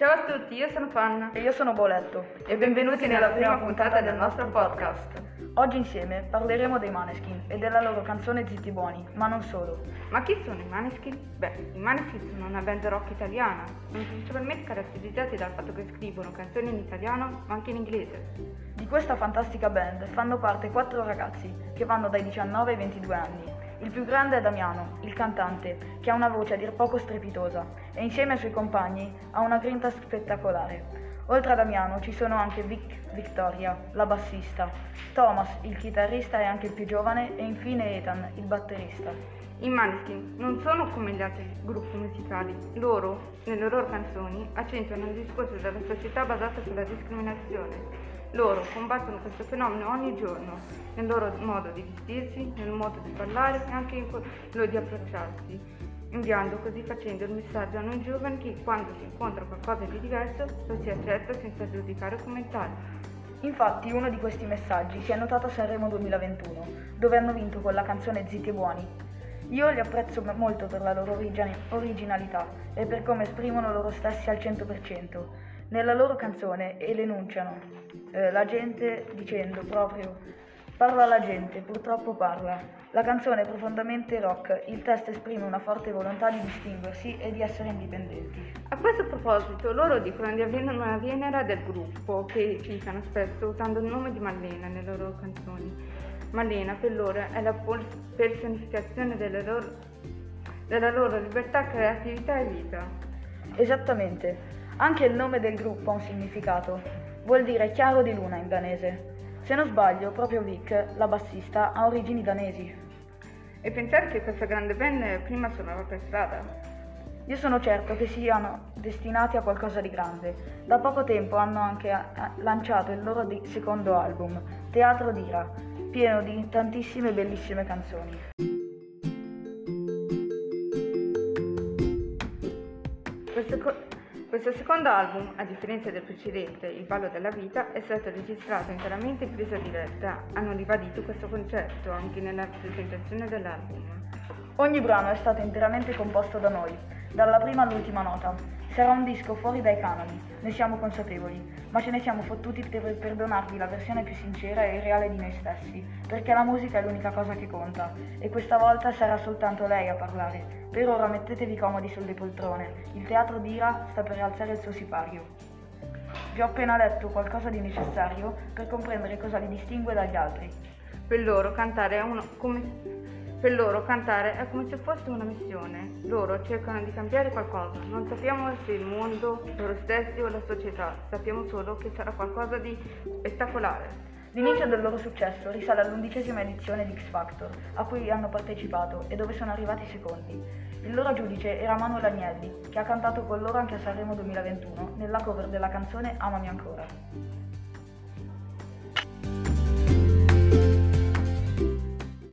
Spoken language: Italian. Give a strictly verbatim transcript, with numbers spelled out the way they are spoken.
Ciao a tutti, io sono Panna e io sono Boletto e benvenuti nella prima puntata del nostro podcast. Oggi insieme parleremo dei Måneskin e della loro canzone Zitti Buoni, ma non solo. Ma chi sono i Måneskin? Beh, i Måneskin sono una band rock italiana, sono principalmente caratterizzati dal fatto che scrivono canzoni in italiano ma anche in inglese. Di questa fantastica band fanno parte quattro ragazzi che vanno dai diciannove ai ventidue anni. Il più grande è Damiano, il cantante, che ha una voce a dir poco strepitosa e insieme ai suoi compagni ha una grinta spettacolare. Oltre a Damiano ci sono anche Vic Victoria, la bassista, Thomas, il chitarrista e anche il più giovane, e infine Ethan, il batterista. I Måneskin non sono come gli altri gruppi musicali. Loro, nelle loro canzoni, accentuano il discorso della società basata sulla discriminazione. Loro combattono questo fenomeno ogni giorno, nel loro modo di vestirsi, nel modo di parlare e anche in quello di approcciarsi, inviando così facendo il messaggio a noi giovani che quando si incontra qualcosa di diverso lo si accetta senza giudicare o commentare. Infatti uno di questi messaggi si è notato a Sanremo duemilaventuno, dove hanno vinto con la canzone Zitti e Buoni. Io li apprezzo molto per la loro origine, originalità e per come esprimono loro stessi al cento per cento. Nella loro canzone e l'enunciano eh, la gente dicendo proprio parla la gente, purtroppo parla. La canzone è profondamente rock, il testo esprime una forte volontà di distinguersi e di essere indipendenti. A questo proposito loro dicono di avere una venera del gruppo che citano spesso usando il nome di Malena nelle loro canzoni. Malena per loro è la personificazione delle loro, della loro libertà, creatività e vita. Esattamente. Anche il nome del gruppo ha un significato. Vuol dire chiaro di luna in danese. Se non sbaglio, proprio Vic, la bassista, ha origini danesi. E pensare che questa grande band prima suonava per strada? Io sono certo che siano destinati a qualcosa di grande. Da poco tempo hanno anche lanciato il loro di- secondo album, Teatro d'Ira, pieno di tantissime bellissime canzoni. Questo, co- questo secondo album, a differenza del precedente, Il ballo della vita, è stato registrato interamente in presa diretta. Hanno ribadito questo concetto anche nella presentazione dell'album. Ogni brano è stato interamente composto da noi, dalla prima all'ultima nota. Sarà un disco fuori dai canoni, ne siamo consapevoli, ma ce ne siamo fottuti per perdonarvi la versione più sincera e reale di noi stessi, perché la musica è l'unica cosa che conta, e questa volta sarà soltanto lei a parlare. Per ora mettetevi comodi sulle poltrone, il teatro d'Ira sta per alzare il suo sipario. Vi ho appena letto qualcosa di necessario per comprendere cosa li distingue dagli altri. Per loro cantare è uno come... Per loro cantare è come se fosse una missione. Loro cercano di cambiare qualcosa. Non sappiamo se il mondo, loro stessi o la società. Sappiamo solo che sarà qualcosa di spettacolare. L'inizio del loro successo risale all'undicesima edizione di X Factor, a cui hanno partecipato e dove sono arrivati secondi. Il loro giudice era Manuel Agnelli, che ha cantato con loro anche a Sanremo duemilaventuno nella cover della canzone Amami ancora.